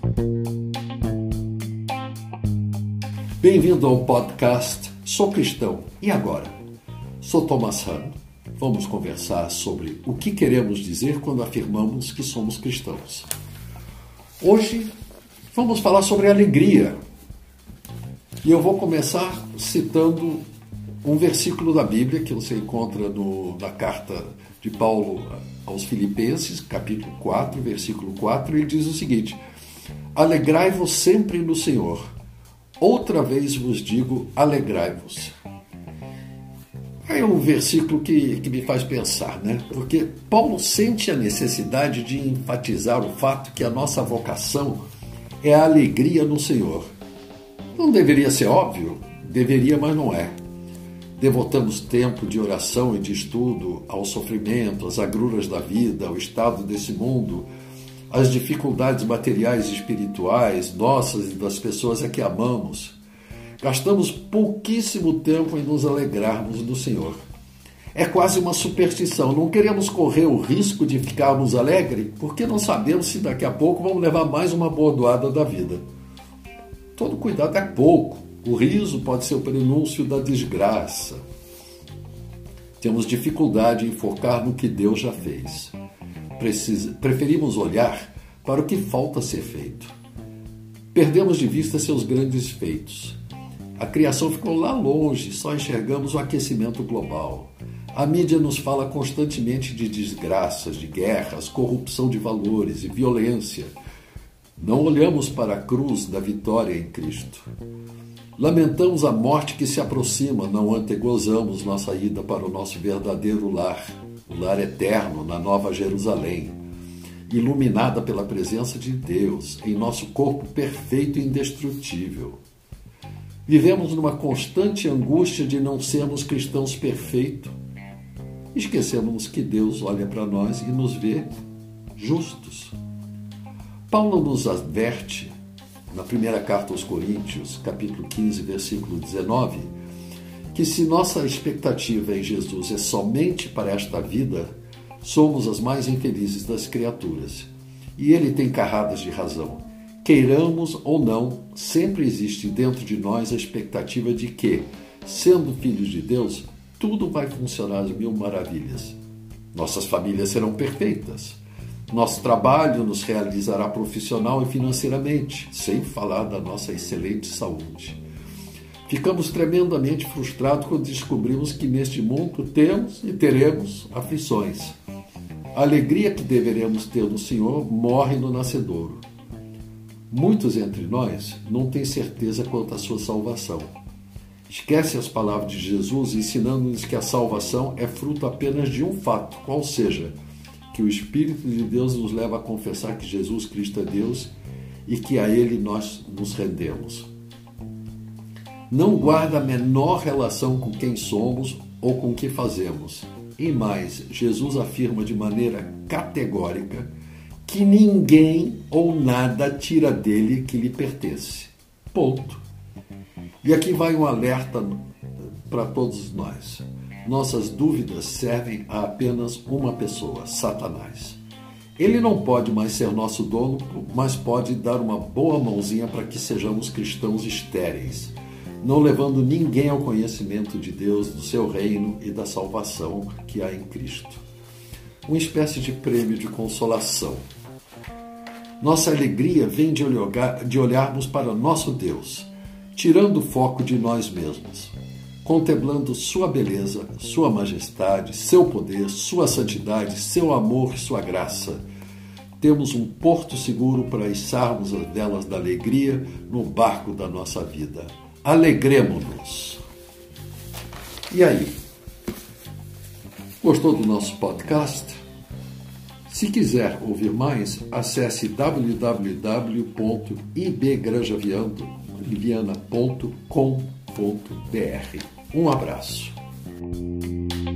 Bem-vindo ao podcast Sou Cristão, e agora? Sou Thomas Hahn. Vamos conversar sobre o que queremos dizer quando afirmamos que somos cristãos. Hoje vamos falar sobre alegria. E eu vou começar citando um versículo da Bíblia que você encontra na carta de Paulo aos Filipenses, capítulo 4, versículo 4, ele diz o seguinte: alegrai-vos sempre no Senhor. Outra vez vos digo, alegrai-vos. É um versículo que me faz pensar, né? Porque Paulo sente a necessidade de enfatizar o fato que a nossa vocação é a alegria no Senhor. Não deveria ser óbvio? Deveria, mas não é. Devotamos tempo de oração e de estudo ao sofrimento, às agruras da vida, ao estado desse mundo, às dificuldades materiais e espirituais nossas e das pessoas a que amamos. Gastamos pouquíssimo tempo em nos alegrarmos do Senhor. É quase uma superstição. Não queremos correr o risco de ficarmos alegres porque não sabemos se daqui a pouco vamos levar mais uma bordoada da vida. Todo cuidado é pouco. O riso pode ser o prenúncio da desgraça. Temos dificuldade em focar no que Deus já fez. Preferimos olhar para o que falta ser feito. Perdemos de vista seus grandes feitos. A criação ficou lá longe, só enxergamos o aquecimento global. A mídia nos fala constantemente de desgraças, de guerras, corrupção de valores e violência. Não olhamos para a cruz da vitória em Cristo. Lamentamos a morte que se aproxima, não antegozamos nossa ida para o nosso verdadeiro lar, o lar eterno na Nova Jerusalém, iluminada pela presença de Deus, em nosso corpo perfeito e indestrutível. Vivemos numa constante angústia de não sermos cristãos perfeitos. Esquecemos que Deus olha para nós e nos vê justos. Paulo nos adverte, na primeira carta aos Coríntios, capítulo 15, versículo 19, que se nossa expectativa em Jesus é somente para esta vida, somos as mais infelizes das criaturas. E ele tem carradas de razão. Queiramos ou não, sempre existe dentro de nós a expectativa de que, sendo filhos de Deus, tudo vai funcionar às mil maravilhas. Nossas famílias serão perfeitas. Nosso trabalho nos realizará profissional e financeiramente, sem falar da nossa excelente saúde. Ficamos tremendamente frustrados quando descobrimos que neste mundo temos e teremos aflições. A alegria que deveremos ter no Senhor morre no nascedouro. Muitos entre nós não têm certeza quanto à sua salvação. Esquece as palavras de Jesus ensinando-nos que a salvação é fruto apenas de um fato, qual seja, que o Espírito de Deus nos leva a confessar que Jesus Cristo é Deus e que a Ele nós nos rendemos. Não guarda a menor relação com quem somos ou com o que fazemos. E mais, Jesus afirma de maneira categórica que ninguém ou nada tira dele que lhe pertence. Ponto. E aqui vai um alerta para todos nós. Nossas dúvidas servem a apenas uma pessoa, Satanás. Ele não pode mais ser nosso dono, mas pode dar uma boa mãozinha para que sejamos cristãos estéreis, não levando ninguém ao conhecimento de Deus, do seu reino e da salvação que há em Cristo. Uma espécie de prêmio de consolação. Nossa alegria vem de olharmos para nosso Deus, tirando o foco de nós mesmos, contemplando sua beleza, sua majestade, seu poder, sua santidade, seu amor e sua graça. Temos um porto seguro para içarmos as velas da alegria no barco da nossa vida. Alegremo-nos. E aí? Gostou do nosso podcast? Se quiser ouvir mais, acesse www.ibgranjaviana.com.br. Um abraço.